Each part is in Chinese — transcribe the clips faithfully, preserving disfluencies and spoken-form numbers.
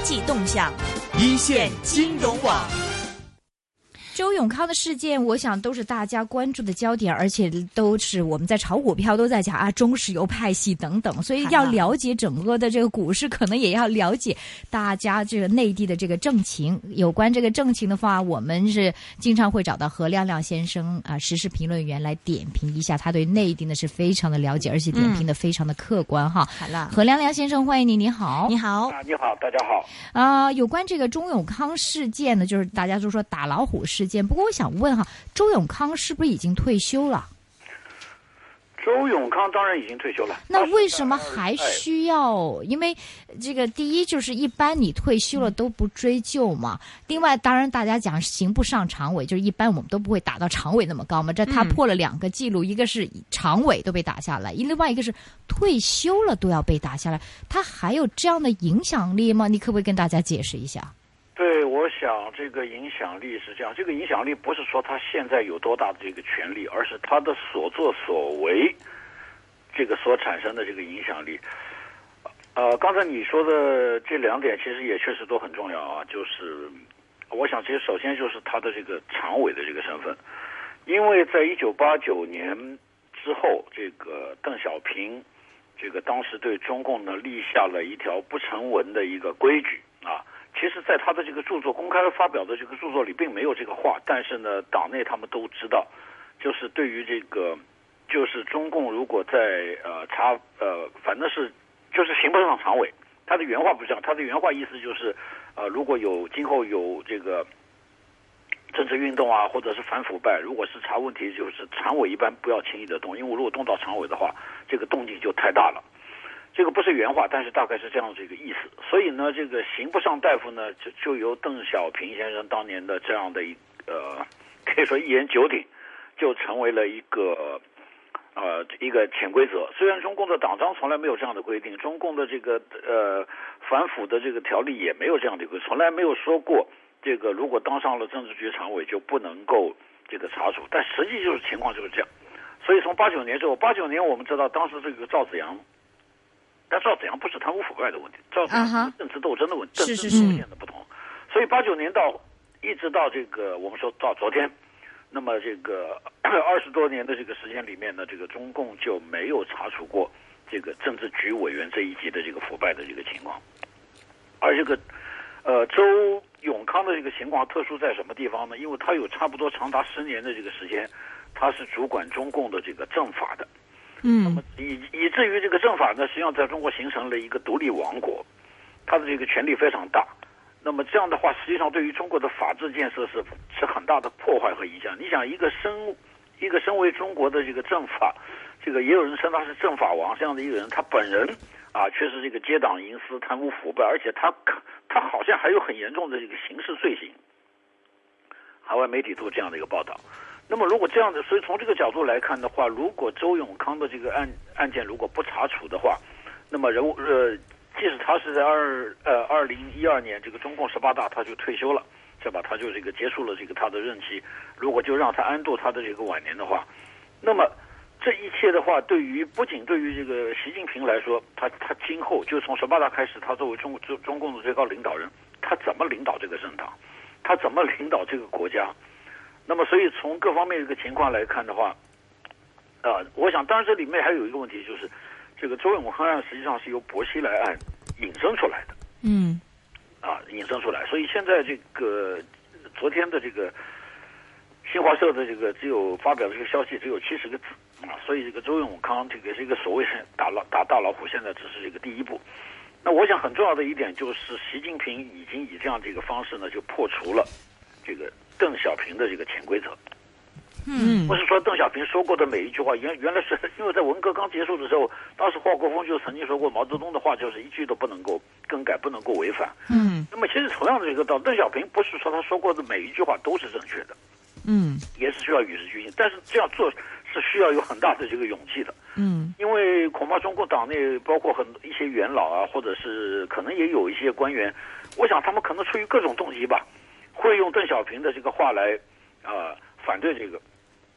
济动向， 一线金融网。 周永康的事件，我想都是大家关注的焦点，而且都是我们在炒股票都在讲啊，中石油派系等等，所以要了解整个的这个股市，可能也要了解大家这个内地的这个政情。有关这个政情的话，我们是经常会找到何亮亮先生啊，时事评论员来点评一下，他对内地呢是非常的了解，而且点评的非常的客观哈。好了，何亮亮先生，欢迎你，你好， 你好啊，你好，大家好。 啊、呃，有关这个周永康事件呢，就是大家都说打老虎事件。不过我想问哈，周永康是不是已经退休了？ 周永康当然已经退休了。 那为什么还需要？因为这个第一就是一般你退休了都不追究嘛。另外，当然大家讲刑不上常委，就是一般我们都不会打到常委那么高嘛。这他破了两个记录，嗯、一个是常委都被打下来，另外一个是退休了都要被打下来。他还有这样的影响力吗？你可不可以跟大家解释一下？ 对，我想这个影响力是这样，这个影响力不是说他现在有多大的这个权利，而是他的所作所为，这个所产生的这个影响力。呃，刚才你说的这两点其实也确实都很重要啊，就是我想其实首先就是他的这个常委的这个身份，因为在一九八九年之后，这个邓小平这个当时对中共呢立下了一条不成文的一个规矩啊。其实在他的这个著作公开发表的这个著作里并没有这个话，但是呢党内他们都知道，就是对于这个就是中共如果在呃查呃反正是就是刑不上常委，他的原话不是这样，他的原话意思就是呃如果有今后有这个政治运动啊或者是反腐败，如果是查问题，就是常委一般不要轻易的动，因为如果动到常委的话，这个动静就太大了。这个不是原话，但是大概是这样这个意思。所以呢，这个刑不上大夫呢，就就由邓小平先生当年的这样的一呃，可以说一言九鼎，就成为了一个呃一个潜规则。虽然中共的党章从来没有这样的规定，中共的这个呃反腐的这个条例也没有这样的规定，从来没有说过这个如果当上了政治局常委就不能够这个查处，但实际就是情况就是这样。所以从八九年之后，八九年我们知道当时这个赵紫阳。但赵紫阳不是贪污腐败的问题，赵紫阳是政治斗争的问题， uh-huh. 政治路线的不同。所以八九年到一直到这个我们说到昨天，那么这个二十多年的这个时间里面呢，这个中共就没有查处过这个政治局委员这一级的这个腐败的这个情况。而这个呃周永康的这个情况特殊在什么地方呢？因为他有差不多长达十年的这个时间，他是主管中共的这个政法的。 嗯， 那么以以至于这个政法呢，实际上在中国形成了一个独立王国，它的这个权力非常大。那么这样的话，实际上对于中国的法治建设是是很大的破坏和影响。你想，一个身一个身为中国的这个政法，这个也有人称他是政法王这样的一个人，他本人啊，却是这个结党营私、贪污腐败，而且他他好像还有很严重的这个刑事罪行。海外媒体都有这样的一个报道。那么如果这样子，所以从这个角度来看的话，如果周永康的这个案案件如果不查处的话，那么人物呃，即使他是在二呃二零一二年这个中共十八大他就退休了，是吧？他就这个结束了这个他的任期，如果就让他安度他的这个晚年的话，那么这一切的话，对于不仅对于这个习近平来说，他他今后就从十八大开始，他作为中中中共的最高领导人，他怎么领导这个政党，他怎么领导这个国家？那么，所以从各方面这个情况来看的话，啊、呃，我想，当然这里面还有一个问题，就是这个周永康案实际上是由薄熙来案引申出来的， 嗯， 啊，引申出来，所以现在这个昨天的这个新华社的这个只有发表的这个消息只有七十个字啊，所以这个周永康这个是一个所谓打老打大老虎，现在只是这个第一步。那我想很重要的一点就是，习近平已经以这样这个方式呢，就破除了这个邓小平的这个潜规则。 嗯， 不是说邓小平说过的每一句话，原原来是因为在文革刚结束的时候，当时华国锋就曾经说过，毛泽东的话就是一句都不能够更改，不能够违反。 嗯， 那么其实同样的这个道理，邓小平不是说他说过的每一句话都是正确的， 嗯， 也是需要与时俱进，但是这样做是需要有很大的这个勇气的。 嗯， 因为恐怕中国党内包括很一些元老啊，或者是可能也有一些官员，我想他们可能出于各种动机吧，会用邓小平的这个话来啊、呃、反对这个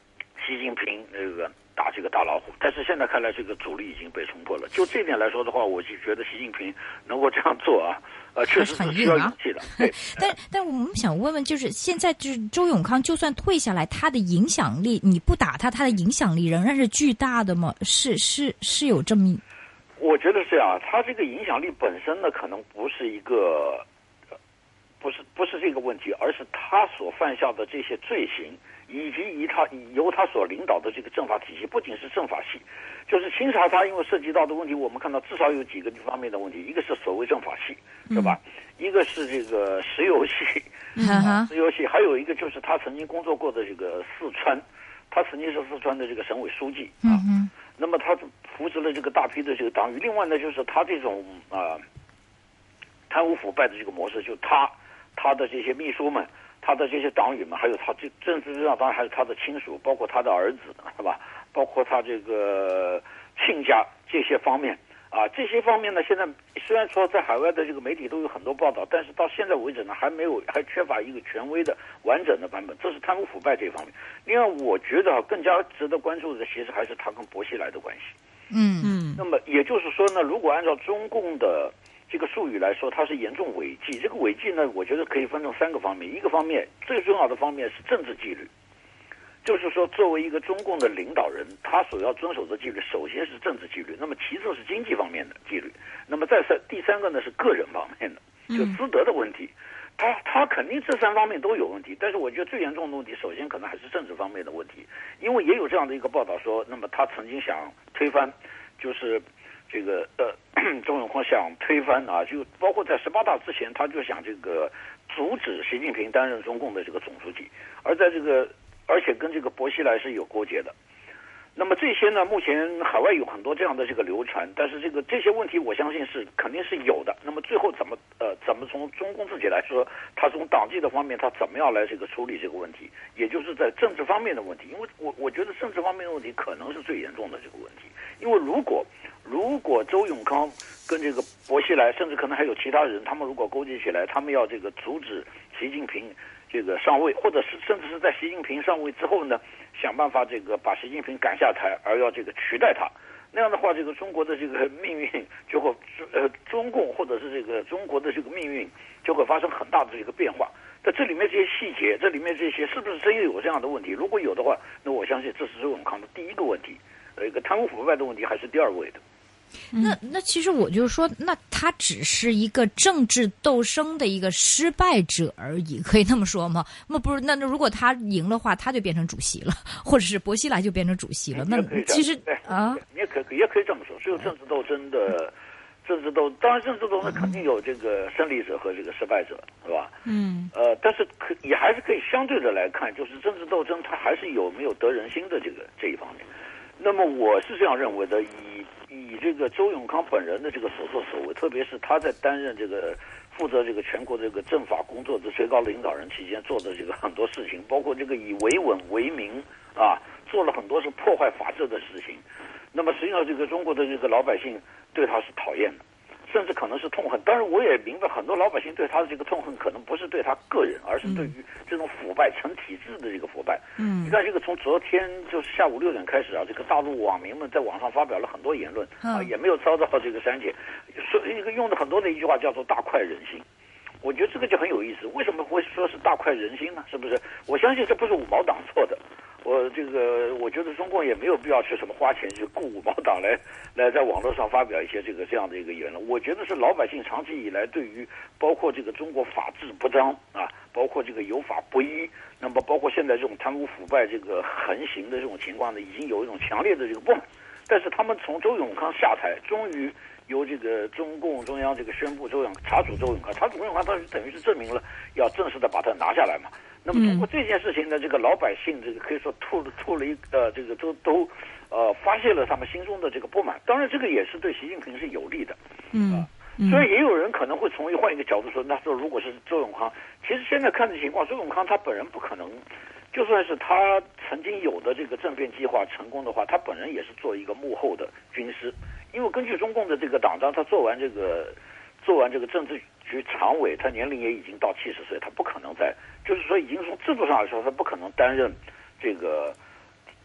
习近平那个打这个大老虎，但是现在看来这个阻力已经被冲破了。就这点来说的话，我就觉得习近平能够这样做啊，呃，确实是需要勇气的。对， 但但我们想问问，就是现在就是周永康就算退下来，他的影响力你不打他，他的影响力仍然是巨大的吗？是是是有这么？ 我觉得是这样，他这个影响力本身呢，可能不是一个，不是不是这个问题，而是他所犯下的这些罪行，以及以他由他所领导的这个政法体系，不仅是政法系，就是清查他，因为涉及到的问题，我们看到至少有几个方面的问题，一个是所谓政法系，是吧？嗯、一个是这个石油系， 嗯、 啊，石油系，还有一个就是他曾经工作过的这个四川，他曾经是四川的这个省委书记啊。 嗯那么他扶植了这个大批的这个党羽，另外呢，就是他这种啊、呃、贪污腐败的这个模式，就他他的这些秘书们，他的这些党羽们，还有他这政治上当然还有他的亲属，包括他的儿子，是吧？包括他这个亲家这些方面啊，这些方面呢，现在虽然说在海外的这个媒体都有很多报道，但是到现在为止呢，还没有还缺乏一个权威的完整的版本，这是贪污腐败这方面。另外，我觉得更加值得关注的，其实还是他跟薄熙来的关系。 嗯嗯。 那么也就是说呢，如果按照中共的这个术语来说，它是严重违纪。这个违纪呢，我觉得可以分成三个方面。一个方面，最重要的方面是政治纪律，就是说，作为一个中共的领导人，他所要遵守的纪律，首先是政治纪律，那么其次是经济方面的纪律，那么再三第三个呢是个人方面的，就私德的问题。他他肯定这三方面都有问题，但是我觉得最严重的问题，首先可能还是政治方面的问题，因为也有这样的一个报道说，那么他曾经想推翻，就是这个呃周永康想推翻啊，就包括在十八大之前，他就想这个阻止习近平担任中共的这个总书记，而在这个而且跟这个薄熙来是有勾结的。那么这些呢，目前海外有很多这样的这个流传，但是这个这些问题，我相信是肯定是有的。那么最后怎么呃怎么从中共自己来说，他从党纪的方面，他怎么样来这个处理这个问题，也就是在政治方面的问题。因为我我觉得政治方面的问题可能是最严重的这个问题。因为如果如果周永康跟这个薄熙来，甚至可能还有其他人，他们如果勾结起来，他们要这个阻止习近平这个上位，或者是甚至是在习近平上位之后呢，想办法这个把习近平赶下台，而要这个取代他，那样的话，这个中国的这个命运就会呃中共或者是这个中国的这个命运就会发生很大的这个变化。在这里面这些细节，这里面这些是不是真有这样的问题？如果有的话，那我相信这是周永康的第一个问题，呃，一个贪污腐败的问题还是第二位的。 那那其实我就说，那他只是一个政治斗争的一个失败者而已，可以那么说吗？那不是，那那如果他赢的话，他就变成主席了，或者是薄熙来就变成主席了。那其实啊， 你也可以也可以这么说，只有政治斗争的政治斗，当然政治斗争肯定有这个胜利者和这个失败者，是吧？ 嗯。 呃，但是可也还是可以相对的来看，就是政治斗争它还是有没有得人心的这个这一方面。那么我是这样认为的，以以这个周永康本人的这个所作所为，特别是他在担任这个负责这个全国这个政法工作的最高领导人期间做的这个很多事情，包括这个以维稳为名啊，做了很多是破坏法治的事情。那么实际上这个中国的这个老百姓对他是讨厌的，甚至可能是痛恨。当然我也明白，很多老百姓对他的这个痛恨可能不是对他个人，而是对于这种腐败成体制的这个腐败。 嗯， 你看这个从昨天就是下午六点开始啊，这个大陆网民们在网上发表了很多言论啊，也没有遭到这个删减，说一个用的很多的一句话叫做大快人心。我觉得这个就很有意思，为什么会说是大快人心呢？是不是？我相信这不是五毛党做的。我这个，我觉得中共也没有必要去什么花钱去雇五毛党来来在网络上发表一些这个这样的一个言论。我觉得是老百姓长期以来对于包括这个中国法治不彰啊，包括这个有法不依，那么包括现在这种贪污腐败这个横行的这种情况呢，已经有一种强烈的这个不满。但是他们从周永康下台，终于由这个中共中央这个宣布周永查处周永康，查处周永康，当时等于是证明了要正式的把他拿下来嘛。那么通过这件事情呢，这个老百姓这个可以说吐了吐了一呃，这个都都呃发泄了他们心中的这个不满。当然，这个也是对习近平是有利的。 嗯， 呃、所以也有人可能会从换一个角度说，那说如果是周永康，其实现在看的情况，周永康他本人不可能，就算是他曾经有的这个政变计划成功的话，他本人也是做一个幕后的军师，因为根据中共的这个党章，他做完这个做完这个政治局常委，他年龄也已经到七十岁，他不可能再，就是说已经从制度上来说，他不可能担任这个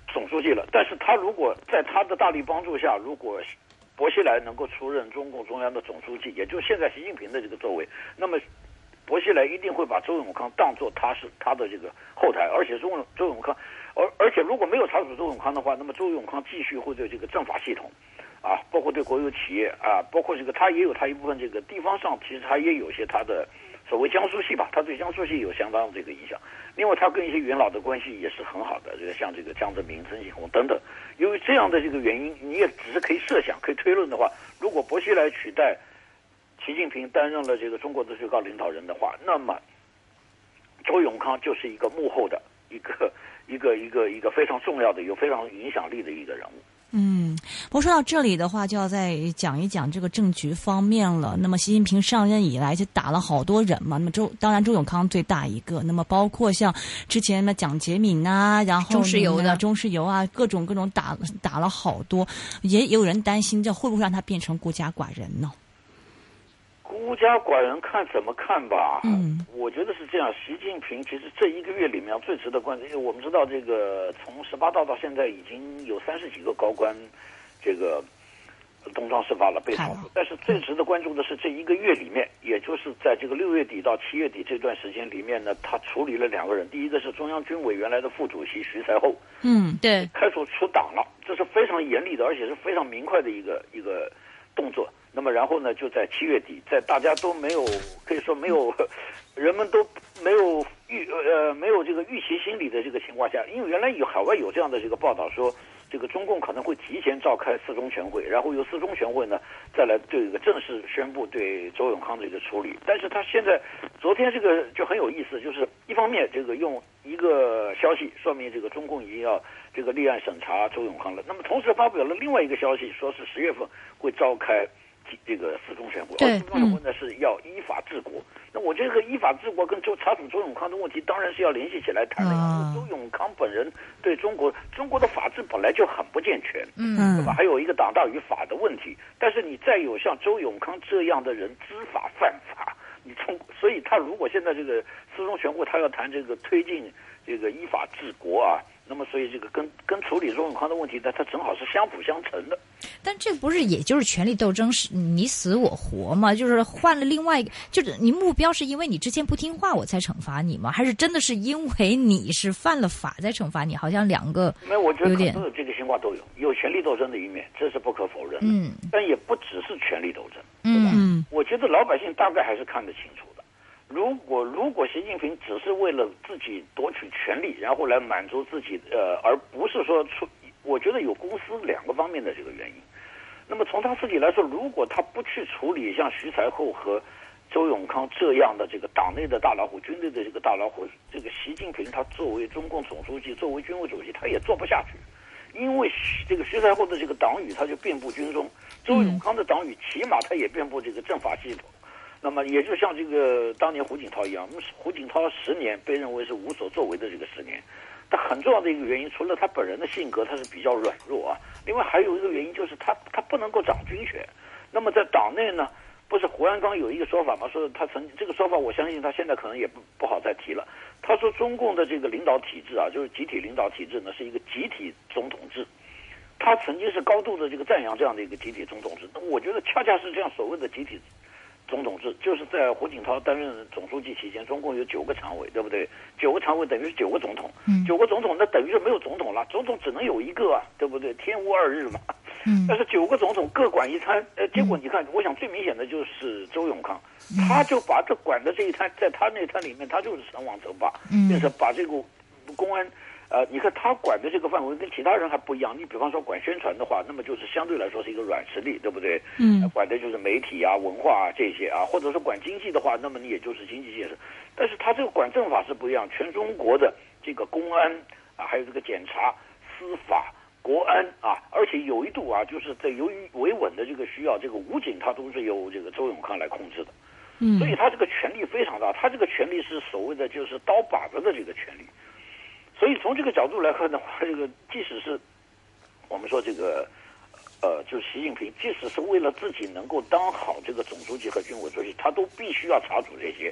总书记了。但是他如果在他的大力帮助下，如果薄熙来能够出任中共中央的总书记，也就是现在习近平的这个作为，那么薄熙来一定会把周永康当作他是他的这个后台，而且周周永康，而而且如果没有查处周永康的话，那么周永康继续会对这个政法系统，啊，包括对国有企业啊，包括这个他也有他一部分这个地方上，其实他也有些他的所谓江苏系吧，他对江苏系有相当的这个影响。另外，他跟一些元老的关系也是很好的，这个像这个江泽民、曾庆红等等。由于这样的这个原因，你也只是可以设想、可以推论的话，如果薄熙来取代习近平担任了这个中国的最高领导人的话，那么周永康就是一个幕后的一个一个一个一个非常重要的、有非常影响力的一个人物。 嗯，不过说到这里的话，就要再讲一讲这个政局方面了。那么习近平上任以来就打了好多人嘛，那么周当然周永康最大一个，那么包括像之前的蒋洁敏啊，然后中石油的中石油啊，各种各种打打了好多，也有人担心这会不会让他变成孤家寡人呢？ 孤家寡人看怎么看吧， 嗯， 我觉得是这样。习近平其实这一个月里面最值得关注，因为我们知道这个从十八大到现在已经有三十几个高官，这个东窗事发了被炒作。但是最值得关注的是这一个月里面，也就是在这个六月底到七月底这段时间里面呢，他处理了两个人。第一个是中央军委原来的副主席徐才厚， 嗯，对， 开除出党了，这是非常严厉的，而且是非常明快的一个一个动作。那么然后呢，就在七月底，在大家都没有可以说没有，人们都没有预呃没有这个预期心理的这个情况下，因为原来有海外有这样的这个报道说，这个中共可能会提前召开四中全会，然后由四中全会呢再来这个正式宣布对周永康的这个处理。但是他现在昨天这个就很有意思，就是一方面这个用一个消息说明这个中共已经要这个立案审查周永康了，那么同时发表了另外一个消息，说是十月份会召开这个四中全会，而四中全会呢是要依法治国。那我这个依法治国跟周查处周永康的问题，当然是要联系起来谈的。 啊、 周永康本人对中国中国的法治本来就很不健全， 嗯， 对吧？还有一个党大于法的问题。但是你再有像周永康这样的人知法犯法，你从所以他如果现在这个四中全会他要谈这个推进这个依法治国啊。那么，所以这个跟跟处理周永康的问题呢，它正好是相辅相成的。 但这不是也就是权力斗争是你死我活吗？就是换了另外一个，就是你目标是因为你之前不听话我才惩罚你吗？还是真的是因为你是犯了法在惩罚你？好像两个没有，我觉得有点都有这个情况都有，有权力斗争的一面，这是不可否认的。 嗯， 但也不只是权力斗争， 对吧？ 嗯， 我觉得老百姓大概还是看得清楚的。如果如果习近平只是为了自己夺取权力，然后来满足自己，呃，而不是说出，我觉得有公司两个方面的这个原因。那么从他自己来说，如果他不去处理像徐才厚和周永康这样的这个党内的大老虎、军队的这个大老虎，这个习近平他作为中共总书记、作为军委主席，他也做不下去。因为这个徐才厚的这个党羽他就遍布军中，周永康的党羽起码他也遍布这个政法系统。那么也就像这个当年胡锦涛一样，胡锦涛十年被认为是无所作为的这个十年，但很重要的一个原因，除了他本人的性格他是比较软弱啊，另外还有一个原因就是他他不能够掌军权。那么在党内呢，不是胡鞍钢有一个说法吗？说他曾这个说法，我相信他现在可能也不不好再提了。他说中共的这个领导体制啊，就是集体领导体制呢，是一个集体总统制。他曾经是高度的这个赞扬这样的一个集体总统制。那我觉得恰恰是这样所谓的集体总统制，就是在胡锦涛担任总书记期间，中共有九个常委，对不对？九个常委等于是九个总统， 嗯、 九个总统那等于是没有总统了，总统只能有一个啊，对不对？天无二日嘛。 嗯、 但是九个总统各管一摊，呃，结果你看，嗯、我想最明显的就是周永康，嗯、他就把这管的这一摊，在他那摊里面，他就是成王成霸， 嗯、 就是把这个公安。呃，你看他管的这个范围跟其他人还不一样。你比方说管宣传的话，那么就是相对来说是一个软实力，对不对？ 嗯、 呃，管的就是媒体啊、文化啊这些啊，或者是管经济的话，那么你也就是经济建设。但是他这个管政法是不一样，全中国的这个公安啊，还有这个检察、司法、国安啊，而且有一度啊，就是在由于维稳的这个需要，这个武警他都是由这个周永康来控制的。 嗯， 所以他这个权力非常大，他这个权力是所谓的就是刀把子的这个权力。所以从这个角度来看的话，这个即使是我们说这个呃，就是习近平，即使是为了自己能够当好这个总书记和军委主席，他都必须要查处这些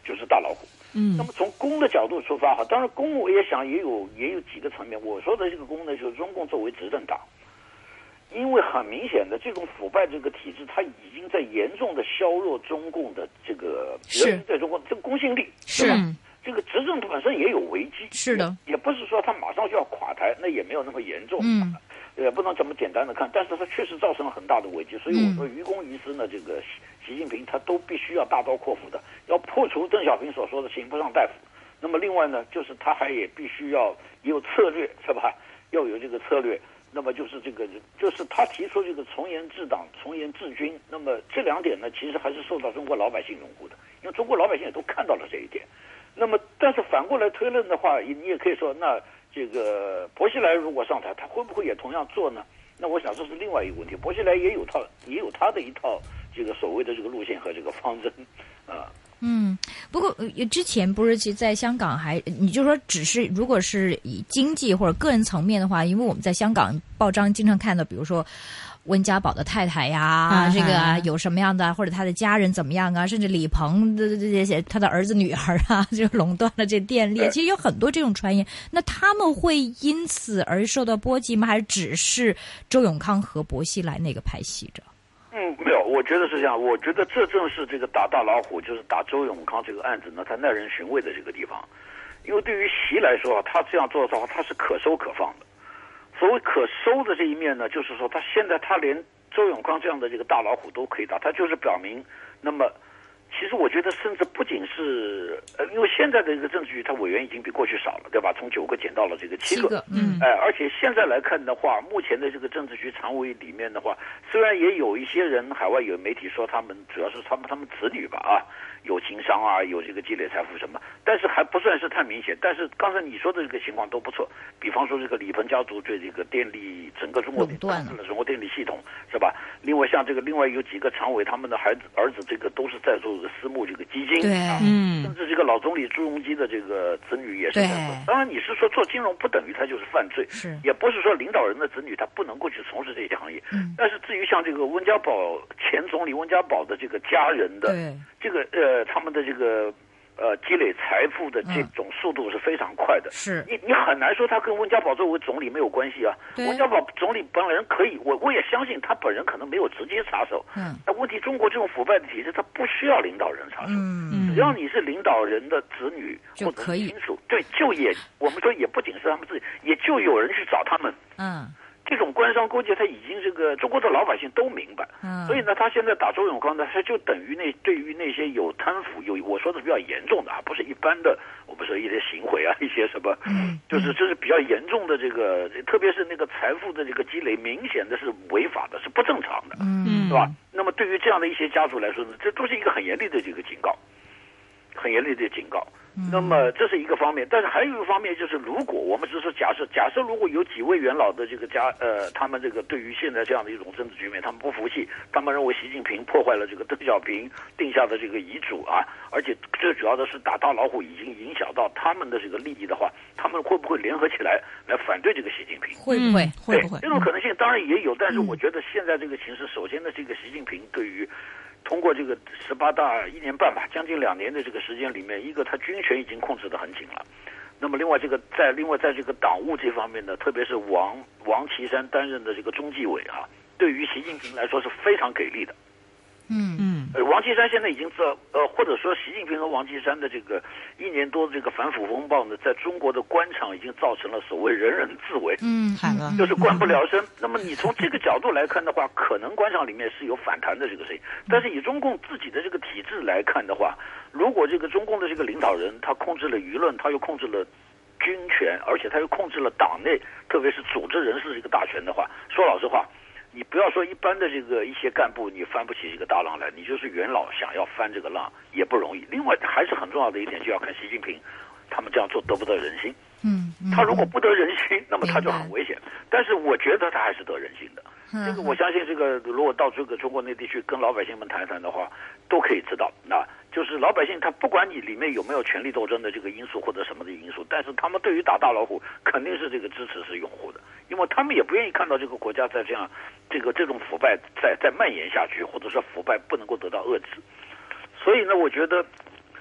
就是大老虎。 嗯， 那么从公的角度出发，哈，当然公我也想也有也有几个层面。我说的这个公呢，就是中共作为执政党，因为很明显的这种腐败这个体制，它已经在严重的削弱中共的这个人民在中国这个公信力， 是吧？这个执政本身也有危机， 是的， 也不是说他马上就要垮台，那也没有那么严重， 嗯， 也不能这么简单的看，但是它确实造成了很大的危机。所以我说，于公于私呢，这个习习近平他都必须要大刀阔斧的，要破除邓小平所说的刑不上大夫。那么另外呢，就是他还也必须要也有策略，是吧？要有这个策略。那么就是这个，就是他提出这个从严治党、从严治军。那么这两点呢，其实还是受到中国老百姓拥护的，因为中国老百姓也都看到了这一点。那么，但是反过来推论的话，你也可以说，那这个薄熙来如果上台，他会不会也同样做呢？那我想这是另外一个问题。薄熙来也有套，也有他的一套这个所谓的这个路线和这个方针啊。 嗯，不过之前不是其实在香港还，你就说只是如果是以经济或者个人层面的话，因为我们在香港报章经常看到，比如说温家宝的太太呀，嗯、这个有什么样的，或者他的家人怎么样啊，甚至李鹏的这些他的儿子女儿啊，就垄断了这电力，其实有很多这种传言。那他们会因此而受到波及吗？还是只是周永康和薄熙来那个派系着？ 嗯，没有，我觉得是这样。我觉得这正是这个打大老虎，就是打周永康这个案子呢，它耐人寻味的这个地方。因为对于习来说，他这样做的话，他是可收可放的。所谓可收的这一面呢，就是说他现在他连周永康这样的这个大老虎都可以打，他就是表明，那么其实我觉得甚至不仅是呃，因为现在的这个政治局，它委员已经比过去少了，对吧？从九个减到了这个七个， 七个嗯， 哎、呃，而且现在来看的话，目前的这个政治局常委里面的话，虽然也有一些人，海外有媒体说他们主要是他们他们子女吧啊。有经商啊，有这个积累财富什么，但是还不算是太明显。但是刚才你说的这个情况都不错，比方说这个李鹏家族对这个电力整个中国垄断了中国电力系统，是吧？另外像这个另外有几个常委，他们的孩子儿子这个都是在做这个私募这个基金， 对， 啊、 嗯， 甚至这个老总理朱镕基的这个子女也是在做。当然你是说做金融不等于他就是犯罪， 是也不是说领导人的子女他不能够去从事这些行业。 嗯， 但是至于像这个温家宝前总理温家宝的这个家人的这个呃。他们的这个呃积累财富的这种速度是非常快的， 是、 嗯、你你很难说他跟温家宝作为总理没有关系啊。温家宝总理本人可以，我我也相信他本人可能没有直接插手。 嗯， 但问题中国这种腐败的体制，他不需要领导人插手。 嗯， 只要你是领导人的子女或者是亲属，对，就也我们说也不仅是他们自己，也就有人去找他们。 嗯。 这种官商勾结，他已经这个中国的老百姓都明白， 嗯， 所以呢，他现在打周永康呢，他就等于那对于那些有贪腐、有我说的比较严重的啊，不是一般的，我们说一些行贿啊，一些什么， 嗯， 就是这是比较严重的这个，特别是那个财富的这个积累，明显的是违法的，是不正常的， 嗯， 是吧？那么对于这样的一些家族来说呢，这都是一个很严厉的这个警告，很严厉的警告。那么这是一个方面，但是还有一个方面就是，如果我们只是说假设，假设如果有几位元老的这个家，呃，他们这个对于现在这样的一种政治局面，他们不服气，他们认为习近平破坏了这个邓小平定下的这个遗嘱啊，而且最主要的是打大老虎已经影响到他们的这个利益的话，他们会不会联合起来来反对这个习近平？ 会不会？ 会不会？ 这种可能性当然也有，但是我觉得现在这个形势，首先呢，这个习近平对于通过这个十八大一年半吧，将近两年的这个时间里面，一个他军权已经控制得很紧了。那么另外这个在另外在这个党务这方面呢，特别是王王岐山担任的这个中纪委啊，对于习近平来说是非常给力的。 嗯嗯， 呃，王岐山现在已经知道，呃，或者说习近平和王岐山的这个一年多的这个反腐风暴呢，在中国的官场已经造成了所谓人人自危， 嗯， 喊了， 就是官不聊生。那么你从这个角度来看的话，可能官场里面是有反弹的这个事情，但是以中共自己的这个体制来看的话，如果这个中共的这个领导人他控制了舆论，他又控制了军权，而且他又控制了党内，特别是组织人事这个大权的话，说老实话。你不要说一般的这个一些干部，你翻不起这个大浪来，你就是元老想要翻这个浪也不容易。另外还是很重要的一点，就要看习近平他们这样做得不得人心。 嗯，嗯他如果不得人心，那么他就很危险。但是我觉得他还是得人心的。这个我相信，这个如果到这个中国内地去跟老百姓们谈谈的话，都可以知道。那就是老百姓他不管你里面有没有权力斗争的这个因素或者什么的因素，但是他们对于打大老虎肯定是这个支持是拥护的，因为他们也不愿意看到这个国家在这样这个这种腐败在在蔓延下去，或者说腐败不能够得到遏制。所以呢，我觉得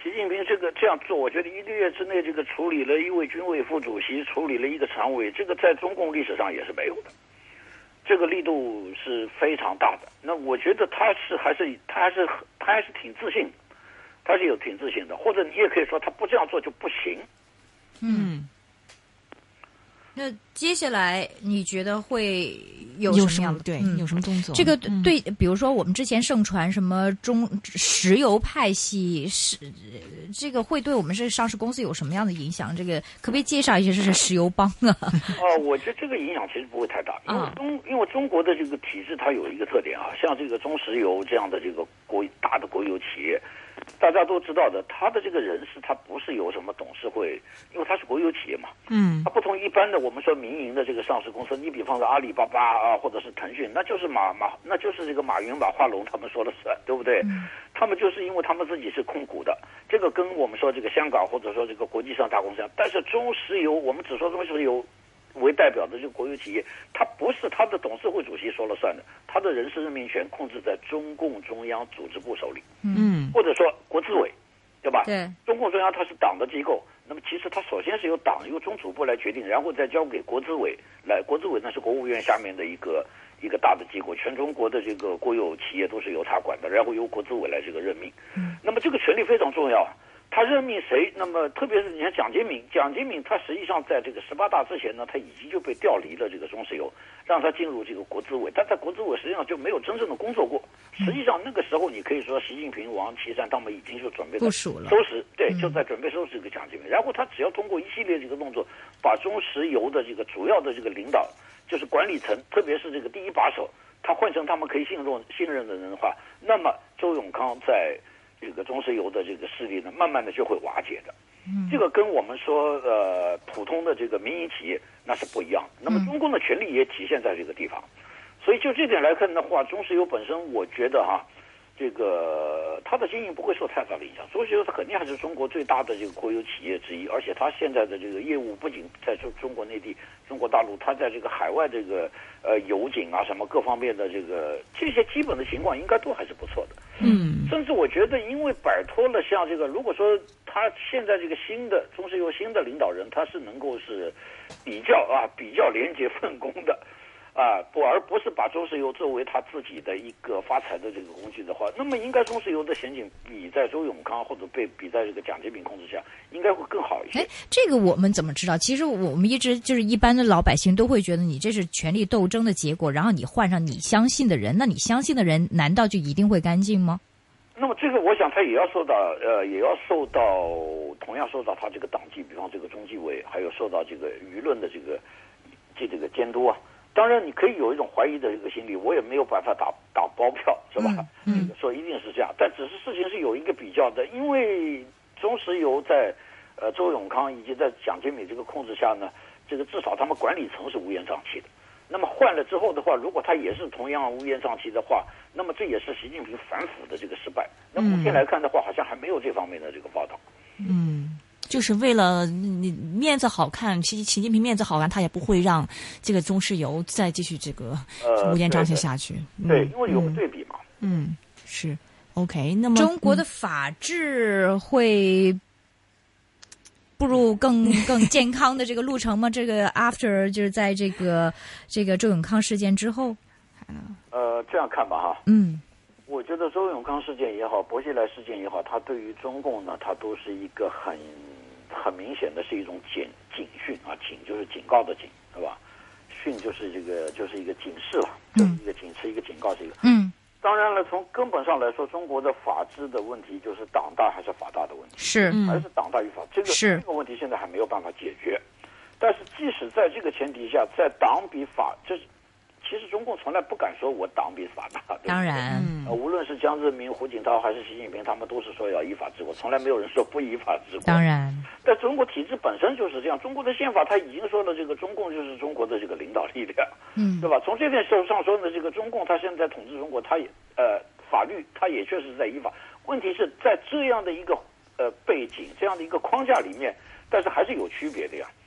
习近平这个这样做，我觉得一个月之内这个处理了一位军委副主席，处理了一个常委，这个在中共历史上也是没有的，这个力度是非常大的。那我觉得他是还是他还是他还是挺自信，他是有挺自信的，或者你也可以说他不这样做就不行。 嗯。那接下来你觉得会有有什么样的对、 嗯、 有什么动作？ 这个对、嗯，比如说我们之前盛传什么中石油派系，是这个会对我们这上市公司有什么样的影响？这个可不可以介绍一下这是石油帮啊？ 哦、呃，我觉得这个影响其实不会太大，因为中、啊、因为中国的这个体制它有一个特点啊，像这个中石油这样的这个国大的国有企业。大家都知道的，他的这个人事，他不是由什么董事会，因为他是国有企业嘛。 嗯， 他不同一般的我们说民营的这个上市公司，你比方说阿里巴巴啊，或者是腾讯，那就是马马，那就是这个马云、马化龙他们说了算，对不对？嗯、他们就是因为他们自己是控股的，这个跟我们说这个香港或者说这个国际上大公司一样。但是中石油，我们只说中石油为代表的这个国有企业，它不是他的董事会主席说了算的，他的人事任命权控制在中共中央组织部手里， 嗯， 或者说国资委，对吧？ 对， 中共中央它是党的机构，那么其实它首先是由党由中组部来决定，然后再交给国资委来，国资委那是国务院下面的一个一个大的机构，全中国的这个国有企业都是由他管的，然后由国资委来这个任命，嗯，那么这个权力非常重要。他任命谁？那么特别是你看蒋洁敏，蒋洁敏他实际上在这个十八大之前呢，他已经就被调离了这个中石油，让他进入这个国资委，但在国资委实际上就没有真正的工作过。实际上那个时候，你可以说习近平、王岐山他们已经就准备部署了收拾，对，就在准备收拾这个蒋洁敏。然后他只要通过一系列这个动作，把中石油的这个主要的这个领导，就是管理层，特别是这个第一把手，他换成他们可以信任信任的人的话，那么周永康在这个中石油的这个势力呢，慢慢的就会瓦解的。嗯，这个跟我们说呃普通的这个民营企业那是不一样。那么中共的权力也体现在这个地方，所以就这点来看的话，中石油本身我觉得哈，这个它的经营不会受太大的影响。中石油它肯定还是中国最大的这个国有企业之一，而且它现在的这个业务不仅在中中国内地、中国大陆，它在这个海外这个呃油井啊什么各方面的这个这些基本的情况应该都还是不错的。 嗯， 甚至我觉得，因为摆脱了像这个，如果说他现在这个新的中石油新的领导人，他是能够是比较啊比较廉洁分工的，啊不而不是把中石油作为他自己的一个发财的这个工具的话，那么应该中石油的前景比在周永康或者被比在这个蒋洁敏控制下，应该会更好一些。 哎，这个我们怎么知道？其实我们一直就是一般的老百姓都会觉得你这是权力斗争的结果，然后你换上你相信的人，那你相信的人难道就一定会干净吗？ 那么这个，我想他也要受到，呃，也要受到同样受到他这个党纪，比方这个中纪委，还有受到这个舆论的这个这这个监督啊。当然，你可以有一种怀疑的这个心理，我也没有办法打打包票，是吧？嗯，嗯说一定是这样，但只是事情是有一个比较的，因为中石油在呃周永康以及在蒋洁敏这个控制下呢，这个至少他们管理层是乌烟瘴气的。那么换了之后的话，如果他也是同样乌烟瘴气的话，那么这也是习近平反腐的这个失败。那目前来看的话，好像还没有这方面的这个报道。 嗯，就是为了你面子好看，习习近平面子好看，他也不会让这个中石油再继续这个乌烟瘴气下去。 呃、对, 对、嗯，因为有个对比嘛。 嗯，是 OK。那么中国的法治会步入更更健康的这个路程吗？这个 after 就是在这个这个周永康事件之后， 呃，这样看吧哈， 嗯， 我觉得周永康事件也好，薄熙来事件也好，它对于中共呢，它都是一个很很明显的是一种警警讯啊，警就是警告的警，对吧？讯就是这个就是一个警示了，就是一个警示，一个警告，是一个嗯。 当然了，从根本上来说，中国的法治的问题就是党大还是法大的问题， 是还是党大于法，这个是这个问题现在还没有办法解决。但是即使在这个前提下，在党比法，这是其实中共从来不敢说我党比法大，对不对？ 当然， 呃，无论是江泽民、胡锦涛还是习近平，他们都是说要依法治国，从来没有人说不依法治国。 当然， 但中国体制本身就是这样，中国的宪法它已经说了，这个中共就是中国的这个领导力量，嗯，对吧？从这点上说呢，这个中共它现在统治中国，它也呃法律它也确实在依法。问题是在这样的一个呃背景、这样的一个框架里面，但是还是有区别的呀。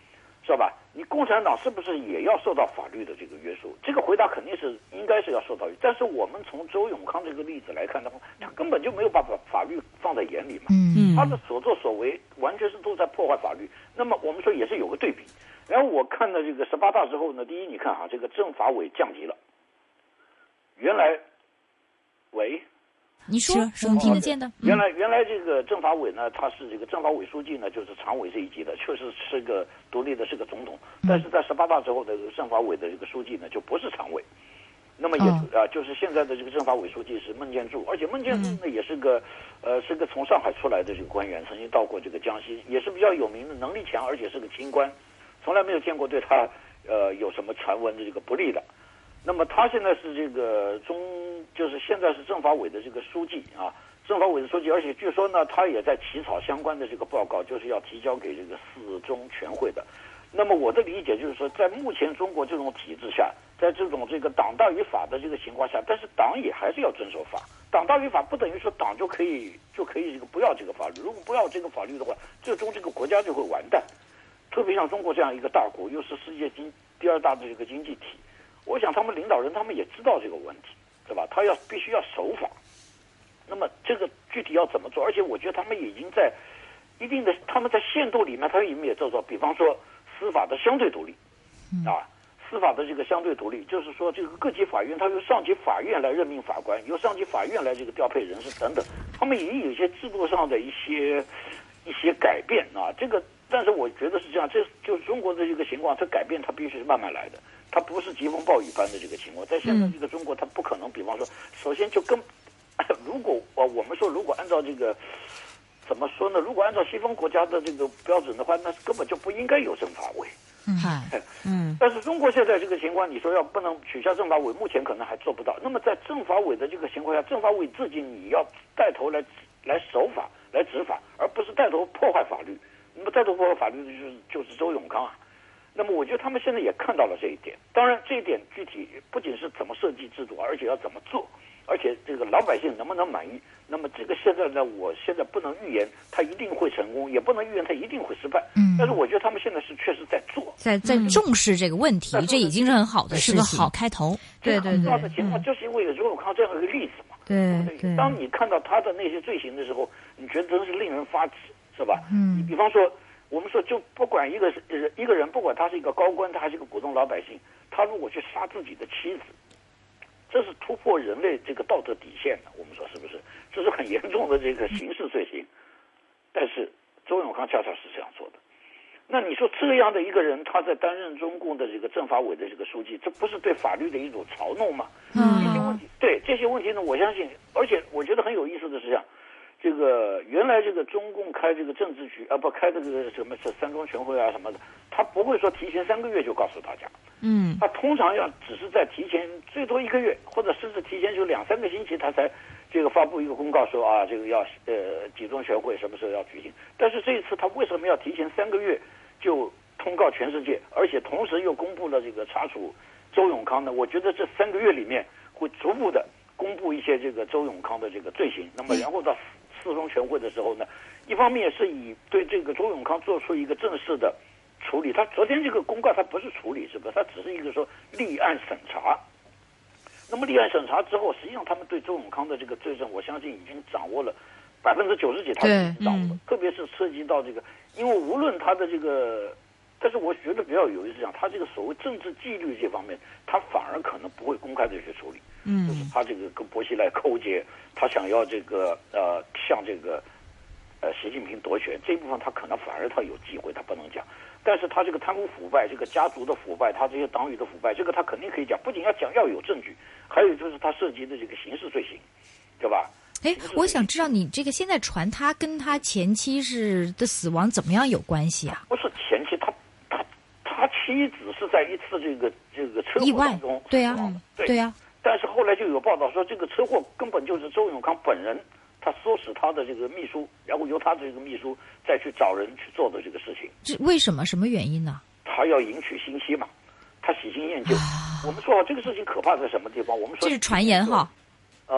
是吧？你共产党是不是也要受到法律的这个约束？这个回答肯定是应该是要受到。但是我们从周永康这个例子来看的话，他根本就没有把法律放在眼里嘛。 嗯， 他的所作所为完全是都在破坏法律。那么我们说也是有个对比。然后我看了这个十八大之后呢，第一，你看哈，这个政法委降级了。原来，喂。 你说，我们听得见的。 原来，原来这个政法委呢，他是这个政法委书记呢，就是常委这一级的，确实是个独立的，是个总统。但是在十八大之后的政法委的这个书记呢，就不是常委。那么也啊、哦呃，就是现在的这个政法委书记是孟建柱，而且孟建柱呢也是个呃是个从上海出来的这个官员，曾经到过这个江西，也是比较有名的，能力强，而且是个清官，从来没有见过对他呃有什么传闻的这个不利的。那么他现在是这个中，就是现在是政法委的这个书记啊，政法委的书记，而且据说呢，他也在起草相关的这个报告，就是要提交给这个四中全会的。那么我的理解就是说，在目前中国这种体制下，在这种这个党大于法的这个情况下，但是党也还是要遵守法。党大于法不等于说党就可以就可以这个不要这个法律，如果不要这个法律的话，最终这个国家就会完蛋。特别像中国这样一个大国，又是世界经第二大的这个经济体。我想他们领导人他们也知道这个问题，对吧？他要必须要守法。那么这个具体要怎么做？而且我觉得他们已经在一定的，他们在限度里面，他们也做到，比方说司法的相对独立，啊，司法的这个相对独立，就是说这个各级法院，它由上级法院来任命法官，由上级法院来这个调配人事等等，他们也有一些制度上的一些一些改变啊。这个，但是我觉得是这样，这就是中国的这个情况，它改变它必须是慢慢来的。它不是疾风暴雨般的这个情况，在现在这个中国，它不可能。比方说，首先就跟如果呃我们说，如果按照这个怎么说呢？如果按照西方国家的这个标准的话，那根本就不应该有政法委。 嗯嗯。 但是中国现在这个情况，你说要不能取消政法委，目前可能还做不到。那么在政法委的这个情况下，政法委自己你要带头来来守法、来执法，而不是带头破坏法律。那么带头破坏法律的就是就是周永康啊。那么我觉得他们现在也看到了这一点，当然这一点具体不仅是怎么设计制度，而且要怎么做，而且这个老百姓能不能满意。那么这个现在呢，我现在不能预言他一定会成功，也不能预言他一定会失败。嗯，但是我觉得他们现在是确实在做， 在在重视这个问题，嗯、这已经是很好的事情， 是个好开头。 对对对， 重要的情况就是因为有周永康这样一个例子嘛。 对对。 当你看到他的那些罪行的时候，你觉得真是令人发指，是吧？ 嗯。 你比方说。我们说，就不管一个一个人，不管他是一个高官，他还是一个普通老百姓，他如果去杀自己的妻子，这是突破人类这个道德底线的。我们说是不是？这是很严重的这个刑事罪行。但是周永康恰恰是这样做的。那你说这样的一个人，他在担任中共的这个政法委的这个书记，这不是对法律的一种嘲弄吗？ 嗯， 这些问题，对这些问题呢，我相信，而且我觉得很有意思的是这样。这个原来这个中共开这个政治局啊，不开这个什么是三中全会啊什么的，他不会说提前三个月就告诉大家， 嗯， 他通常要只是在提前最多一个月，或者甚至提前就两三个星期，他才这个发布一个公告说啊，这个要呃几中全会什么时候要举行。但是这一次他为什么要提前三个月就通告全世界，而且同时又公布了这个查处周永康呢？我觉得这三个月里面会逐步的公布一些这个周永康的这个罪行，那么然后到四中全会的时候呢，一方面是以对这个周永康做出一个正式的处理。他昨天这个公告，他不是处理，是不是？他只是一个说立案审查。那么立案审查之后，实际上他们对周永康的这个罪证，我相信已经掌握了百分之九十几，他已经掌握了。嗯、特别是涉及到这个，因为无论他的这个，但是我觉得比较有意思，讲他这个所谓政治纪律这方面，他反而可能不会公开的去处理。 嗯， 就是他这个跟薄熙来勾结，他想要这个呃向这个呃习近平夺权这一部分，他可能反而他有机会，他不能讲。但是他这个贪污腐败，这个家族的腐败，他这些党羽的腐败，这个他肯定可以讲。不仅要讲，要有证据，还有就是他涉及的这个刑事罪行，对吧？ 哎，我想知道你这个现在传他跟他前妻是的死亡怎么样有关系啊？ 不是前妻，他他他妻子是在一次这个这个车祸当中对呀、啊，对呀、啊。 但是后来就有报道说，这个车祸根本就是周永康本人，他唆使他的这个秘书，然后由他的这个秘书再去找人去做的这个事情。 这为什么？什么原因呢？ 他要赢取信息嘛，他喜新厌旧。啊、我们说这个事情可怕在什么地方？我们说这是传言哈。 呃，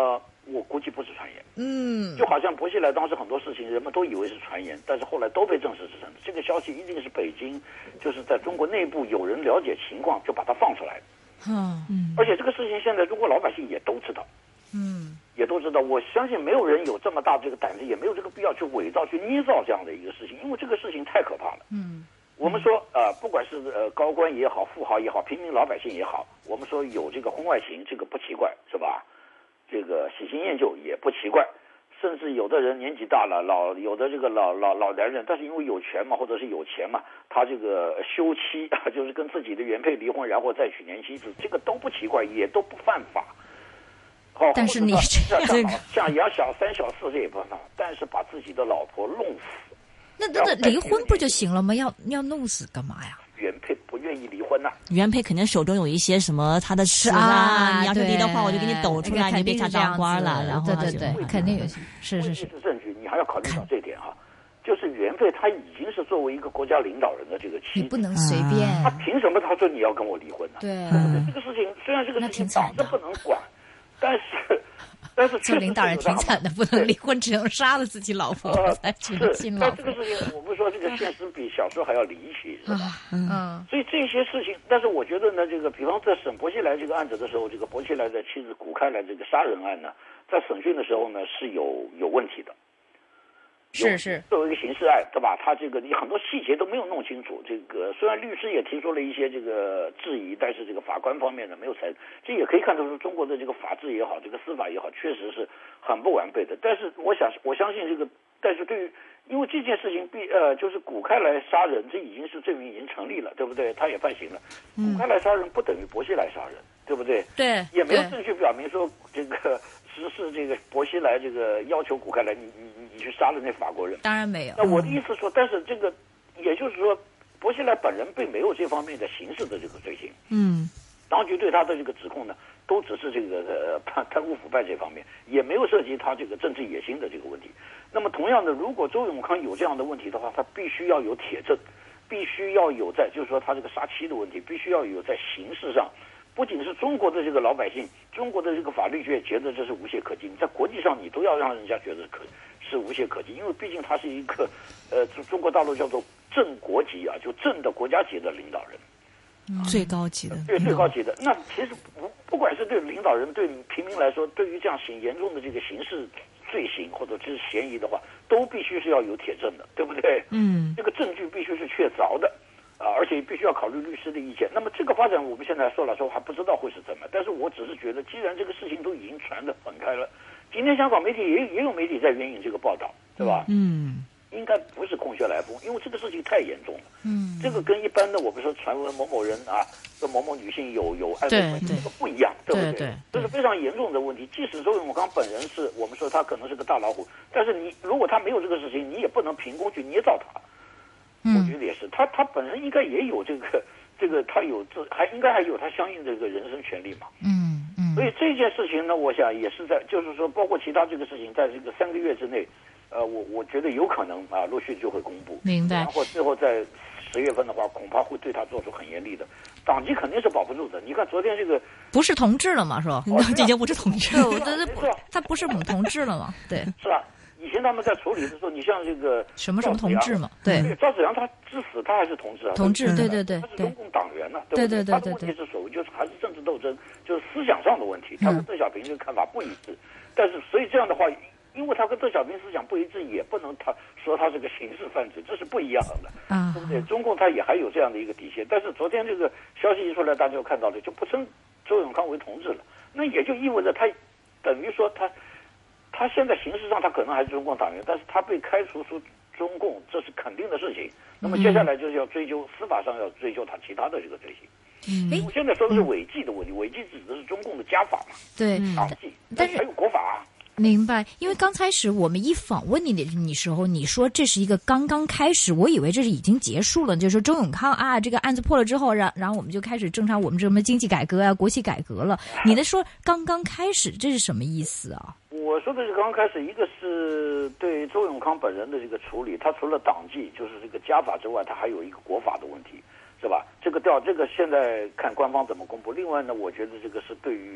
我估计不是传言。 嗯， 就好像薄熙来当时很多事情人们都以为是传言，但是后来都被证实是真的。这个消息一定是北京就是在中国内部有人了解情况就把它放出来。 嗯嗯， 而且这个事情现在中国老百姓也都知道。 嗯， 也都知道。我相信没有人有这么大这个胆子，也没有这个必要去伪造、去捏造这样的一个事情，因为这个事情太可怕了。 嗯。 我们说，呃，不管是呃高官也好，富豪也好，平民老百姓也好，我们说有这个婚外情，这个不奇怪，是吧？这个喜新厌旧也不奇怪，甚至有的人年纪大了，老有的这个老老老男人，但是因为有权嘛，或者是有钱嘛，他这个休妻，就是跟自己的原配离婚，然后再娶年妻子，这个都不奇怪，也都不犯法。好， 但是你这样像养小三小四这也不犯法，但是把自己的老婆弄死。 那那那离婚不就行了吗？要要弄死干嘛呀？ 原配不愿意离婚呐、啊。 原配肯定手中有一些什么他的事啊， 你要是离的话，我就给你抖出来，你别想当官了。然后对对对，肯定有，是是是。 证据，你还要考虑到这点哈、啊，就是原配他已经是作为一个国家领导人的这个妻， 你不能随便。 他凭什么他说你要跟我离婚呢、啊？ 对， 这个事情虽然这个事情党是不能管，但是。但是做领导人挺惨的，不能离婚，只能杀了自己老婆才娶新老婆。 但这个事情，我们说这个现实比小说还要离奇，是吧？ 嗯。 所以这些事情，但是我觉得呢，这个比方在审薄熙来这个案子的时候，这个薄熙来的妻子古开来这个杀人案呢，在审讯的时候呢是有有问题的。 是是， 作为一个刑事案，对吧？他这个你很多细节都没有弄清楚。这个虽然律师也提出了一些这个质疑，但是这个法官方面呢没有采，这也可以看出中国的这个法治也好，这个司法也好，确实是很不完备的。但是我想，我相信这个，但是对于因为这件事情必呃就是古开来杀人，这已经是罪名已经成立了，对不对？他也判刑了。 嗯、 古开来杀人不等于薄熙来杀人，对不对？ 对， 也没有证据表明说这个。是是这个薄熙来这个要求古开来，你你你你去杀了那法国人？ 当然没有。 那我的意思说，但是这个也就是说，薄熙来本人并没有这方面的刑事的这个罪行。 嗯， 当局对他的这个指控呢，都只是这个呃贪贪污腐败这方面，也没有涉及他这个政治野心的这个问题。那么同样的，如果周永康有这样的问题的话，他必须要有铁证，必须要有在就是说他这个杀妻的问题，必须要有在刑事上。不仅是中国的这个老百姓，中国的这个法律界觉得这是无懈可击，在国际上你都要让人家觉得可是无懈可击，因为毕竟他是一个，呃，中国大陆叫做正国级啊，就正的国家级的领导人， 嗯、最高级的， 对最高级的。那其实不不管是对领导人，对平民来说，对于这样刑严重的这个刑事罪行或者是嫌疑的话，都必须是要有铁证的，对不对？ 嗯， 这个证据必须是确凿的。啊，而且必须要考虑律师的意见。那么这个发展，我们现在说了说还不知道会是怎么，但是我只是觉得，既然这个事情都已经传得很开了，今天香港媒体也也有媒体在援引这个报道，对吧？ 嗯， 应该不是空穴来风，因为这个事情太严重了。 嗯， 这个跟一般的我们说传闻某某人啊，跟某某女性有有暧昧关系，这个不一样，对不对？ 对对， 这是非常严重的问题。即使周永康本人是我们说他可能是个大老虎，但是你如果他没有这个事情，你也不能凭空去捏造他。我觉得也是，他他本身应该也有这个这个，他有这还应该还有他相应的这个人身权利嘛。 嗯嗯。 所以这件事情呢，我想也是在，就是说，包括其他这个事情，在这个三个月之内，呃，我我觉得有可能啊，陆续就会公布。 明白。 然后最后在十月份的话，恐怕会对他做出很严厉的，党纪肯定是保不住的。你看昨天这个不是同志了嘛，是吧？ 哦，这就不是同志， 我的他不是母同志了嘛？对。 是吧？以前他们在处理的时候，你像这个什么什么同志嘛，对， 赵紫阳他至死他还是同志啊， 同志，对对对， 他是中共党员呢， 对对对对， 他的问题是所谓就是还是政治斗争，就是思想上的问题，他跟邓小平这个看法不一致，但是所以这样的话，因为他跟邓小平思想不一致，也不能他说他是个刑事犯罪，这是不一样的， 啊， 对不对？中共他也还有这样的一个底线，但是昨天这个消息一出来，大家就看到了，就不称周永康为同志了，那也就意味着他等于说他。他现在形式上他可能还是中共党员，但是他被开除出中共，这是肯定的事情。那么接下来就是要追究、嗯、司法上要追究他其他的这个罪行。嗯，我现在说的是违纪的问题，违纪指的是中共的家法嘛？ 对， 党纪， 但是还有国法、啊。 明白，因为刚开始我们一访问你的你时候，你说这是一个刚刚开始，我以为这是已经结束了，就是说周永康啊，这个案子破了之后，然然后我们就开始正常我们什么经济改革啊、国企改革了。你的说刚刚开始，这是什么意思啊？ 我说的是刚刚开始，一个是对周永康本人的这个处理，他除了党纪就是这个家法之外，他还有一个国法的问题，是吧？这个调这个现在看官方怎么公布。另外呢，我觉得这个是对于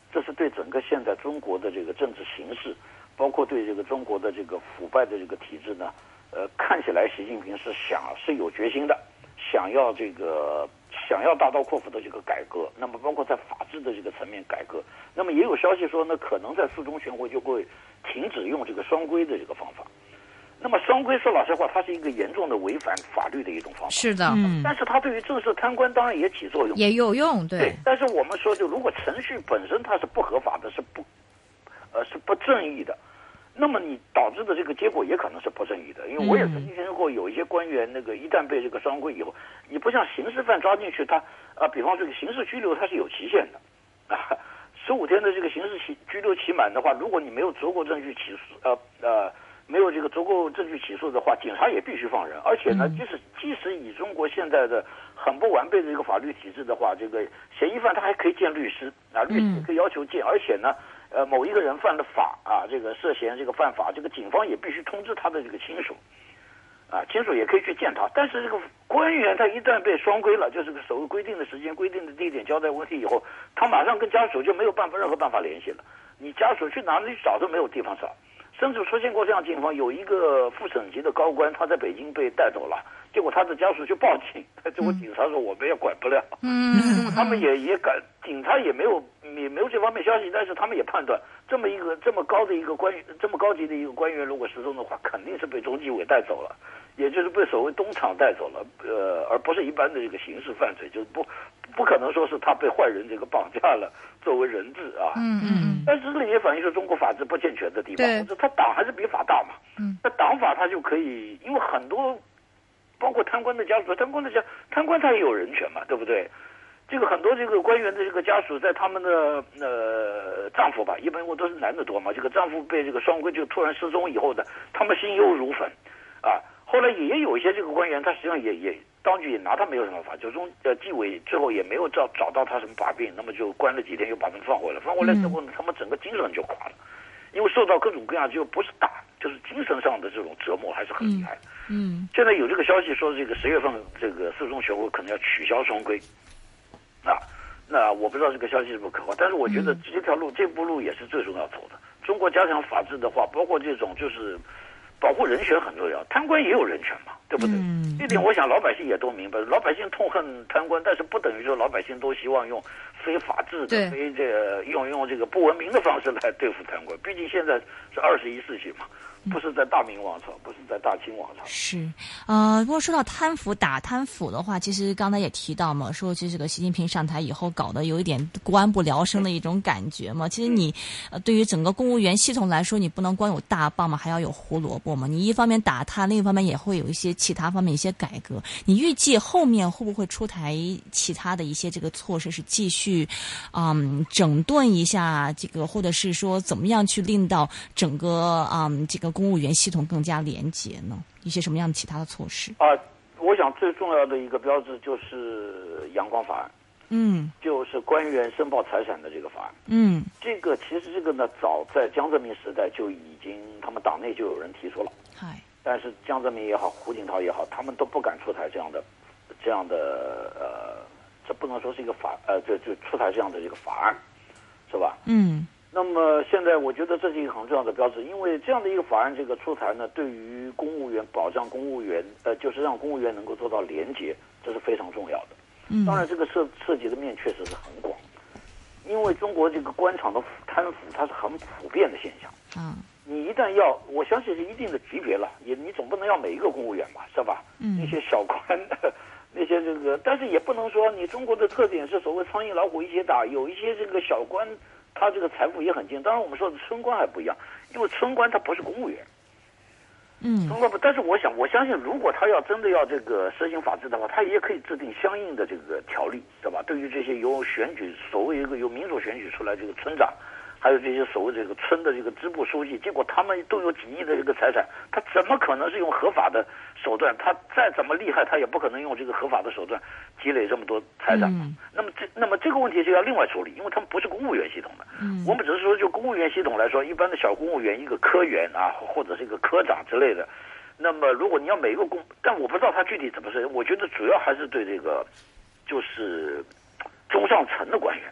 这是对整个现在中国的这个政治形势，包括对这个中国的这个腐败的这个体制呢，呃，看起来习近平是想是有决心的，想要这个想要大刀阔斧的这个改革，那么包括在法治的这个层面改革，那么也有消息说呢，可能在四中全会就会停止用这个双规的这个方法。那么双规说老实话，它是一个严重的违反法律的一种方法。 是的， 嗯， 但是它对于正式贪官当然也起作用， 也有用，对。 对，但是我们说，就如果程序本身它是不合法的，是不，呃，是不正义的，那么你导致的这个结果也可能是不正义的。因为我也曾经听说过，有一些官员那个一旦被这个双规以后，你不像刑事犯抓进去，他啊，比方说这个刑事拘留它是有期限的，啊，十五天的这个刑事期拘留期满的话，如果你没有足够证据起诉，呃呃。没有这个足够证据起诉的话，警察也必须放人。而且呢，即使即使以中国现在的很不完备的这个法律体制的话，这个嫌疑犯他还可以见律师啊，律师也可以要求见。而且呢，呃，某一个人犯了法啊，这个涉嫌这个犯法，这个警方也必须通知他的这个亲属，啊，亲属也可以去见他。但是这个官员他一旦被双规了，就是个所谓规定的时间、规定的地点交代问题以后，他马上跟家属就没有办法任何办法联系了。你家属去哪里找都没有地方找。甚至出现过这样的情况，有一个副省级的高官，他在北京被带走了，结果他的家属去报警，结果警察说我们也管不了，嗯，他们也也敢，警察也没有也没有这方面消息，但是他们也判断，这么一个这么高的一个官员，这么高级的一个官员，如果失踪的话，肯定是被中纪委带走了，也就是被所谓东厂带走了，呃，而不是一般的这个刑事犯罪，就是不不可能说是他被坏人这个绑架了作为人质啊， 嗯嗯。 但是这里也反映出中国法治不健全的地方，或者他党还是比法大嘛。嗯，那党法他就可以，因为很多包括贪官的家属，贪官的家贪官他也有人权嘛，对不对？这个很多这个官员的这个家属，在他们的呃丈夫吧，一般我都是男的多嘛，这个丈夫被这个双规就突然失踪以后的，他们心忧如焚啊。后来也有一些这个官员，他实际上也也当局也拿他没有什么法，就中呃纪委最后也没有找找到他什么把柄，那么就关了几天，又把他们放回来。放回来之后呢，他们整个精神就垮了，因为受到各种各样就不是打，就是精神上的这种折磨还是很厉害的。 嗯， 现在有这个消息说，这个十月份这个四中全会可能要取消双规，啊，那我不知道这个消息是不是可靠，但是我觉得这条路这步路也是最终要走的。中国加强法治的话，包括这种就是保护人权很重要，贪官也有人权嘛，对不对？嗯，这点我想老百姓也都明白，老百姓痛恨贪官，但是不等于说老百姓都希望用非法治的、非这个用用这个不文明的方式来对付贪官。毕竟现在是二十一世纪嘛。不是在大明王朝，不是在大清王朝。 是，呃，不过说到贪腐打贪腐的话，其实刚才也提到嘛，说其实这个习近平上台以后搞得有一点官不聊生的一种感觉嘛。其实你呃，对于整个公务员系统来说，你不能光有大棒嘛，还要有胡萝卜嘛。你一方面打贪，另一方面也会有一些其他方面一些改革。你预计后面会不会出台其他的一些这个措施，是继续嗯整顿一下这个，或者是说怎么样去令到整个嗯这个公务员系统更加廉洁呢？一些什么样的其他的措施啊？我想最重要的一个标志就是阳光法案， 嗯， 就是官员申报财产的这个法案， 嗯， 这个其实这个呢，早在江泽民时代就已经，他们党内就有人提出了， 嗨， 但是江泽民也好，胡锦涛也好，他们都不敢出台这样的，这样的呃，这不能说是一个法，呃，就就出台这样的这个法案，是吧？ 嗯。 那么现在我觉得这是一个很重要的标志，因为这样的一个法案这个出台呢，对于公务员保障公务员，呃，就是让公务员能够做到廉洁，这是非常重要的。 嗯， 当然这个涉涉及的面确实是很广，因为中国这个官场的贪腐它是很普遍的现象。 嗯， 你一旦要，我相信是一定的级别了，也你总不能要每一个公务员吧，是吧？ 嗯， 那些小官。那些这个，但是也不能说你中国的特点是所谓苍蝇老虎一起打，有一些这个小官，他这个财富也很近。当然我们说的村官还不一样，因为村官他不是公务员， 嗯， 村官不。但是我想，我相信，如果他要真的要这个实行法治的话，他也可以制定相应的这个条例，是吧？对于这些由选举所谓一个由民主选举出来这个村长。还有这些所谓这个村的这个支部书记，结果他们都有几亿的这个财产，他怎么可能是用合法的手段？他再怎么厉害，他也不可能用这个合法的手段积累这么多财产。嗯、那么这那么这个问题就要另外处理，因为他们不是公务员系统的。嗯、我们只是说就公务员系统来说，一般的小公务员，一个科员啊，或者是一个科长之类的。那么如果你要每一个公，但我不知道他具体怎么是，我觉得主要还是对这个就是中上层的官员。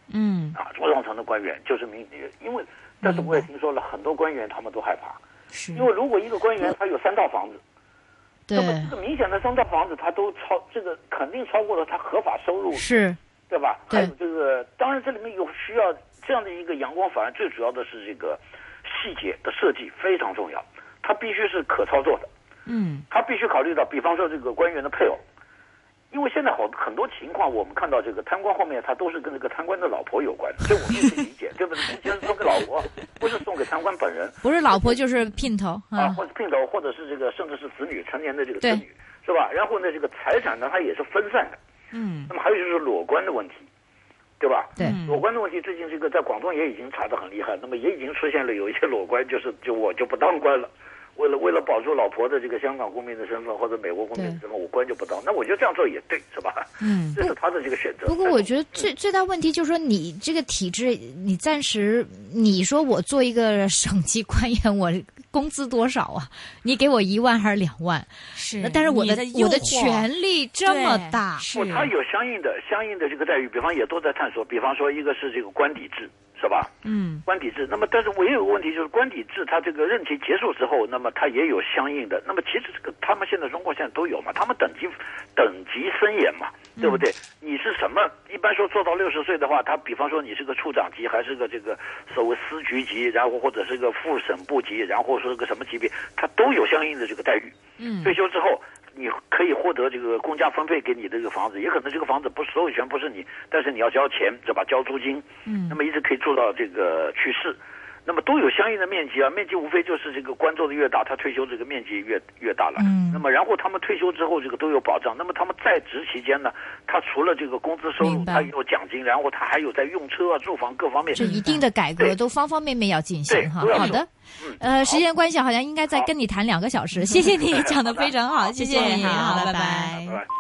嗯啊，中上层的官员就是民，因为但是我也听说了很多官员他们都害怕， 是因为如果一个官员他有三套房子， 对， 那么这个明显的三套房子他都超这个肯定超过了他合法收入， 是， 对吧？ 对还有这个，当然这里面有需要这样的一个阳光法案，最主要的是这个细节的设计非常重要，它必须是可操作的。 嗯， 他必须考虑到，比方说这个官员的配偶，因为现在好很多情况，我们看到这个贪官后面他都是跟这个贪官的老婆有关，所以我们也可以理解，对不对？钱是送给老婆，不是送给贪官本人， 不是老婆就是姘头啊， 啊， 或者姘头，或者是这个甚至是子女成年的这个子女，是吧？然后呢，这个财产呢，它也是分散的。 嗯， 那么还有就是裸官的问题，对吧？ 对， 裸官的问题，最近这个在广东也已经查得很厉害，那么也已经出现了有一些裸官，就是就我就不当官了。为了为了保住老婆的这个香港公民的身份或者美国公民的身份，我官就不当。那我觉得这样做也对，是吧？ 嗯， 这是他的这个选择。 不过我觉得最最大问题就是说，你这个体制，你暂时你说我做一个省级官员，我工资多少啊？你给我一万还是两万？ 是， 但是我的我的权力这么大， 是他有相应的相应的这个待遇，比方也都在探索。比方说，一个是这个官邸制。是吧？ 嗯， 官邸制。那么，但是我也有个问题，就是官邸制，它这个任期结束之后，那么它也有相应的。那么，其实这个他们现在中国现在都有嘛，他们等级等级森严嘛，对不对？嗯、你是什么？一般说做到六十岁的话，他比方说你是个处长级，还是个这个所谓司局级，然后或者是个副省部级，然后说是个什么级别，他都有相应的这个待遇。 嗯， 退休之后。你可以获得这个公家分配给你的这个房子，也可能这个房子不是所有权不是你，但是你要交钱，对吧？交租金， 嗯， 那么一直可以住到这个去世，那么都有相应的面积啊，面积无非就是这个官做的越大，他退休这个面积越越大了。 嗯， 那么然后他们退休之后这个都有保障，那么他们在职期间呢，他除了这个工资收入，他有奖金，然后他还有在用车啊、住房各方面， 这一定的改革都方方面面要进行哈。好的。呃，时间关系好像应该再跟你谈两个小时，谢谢你讲得非常好，谢谢你，好，拜拜。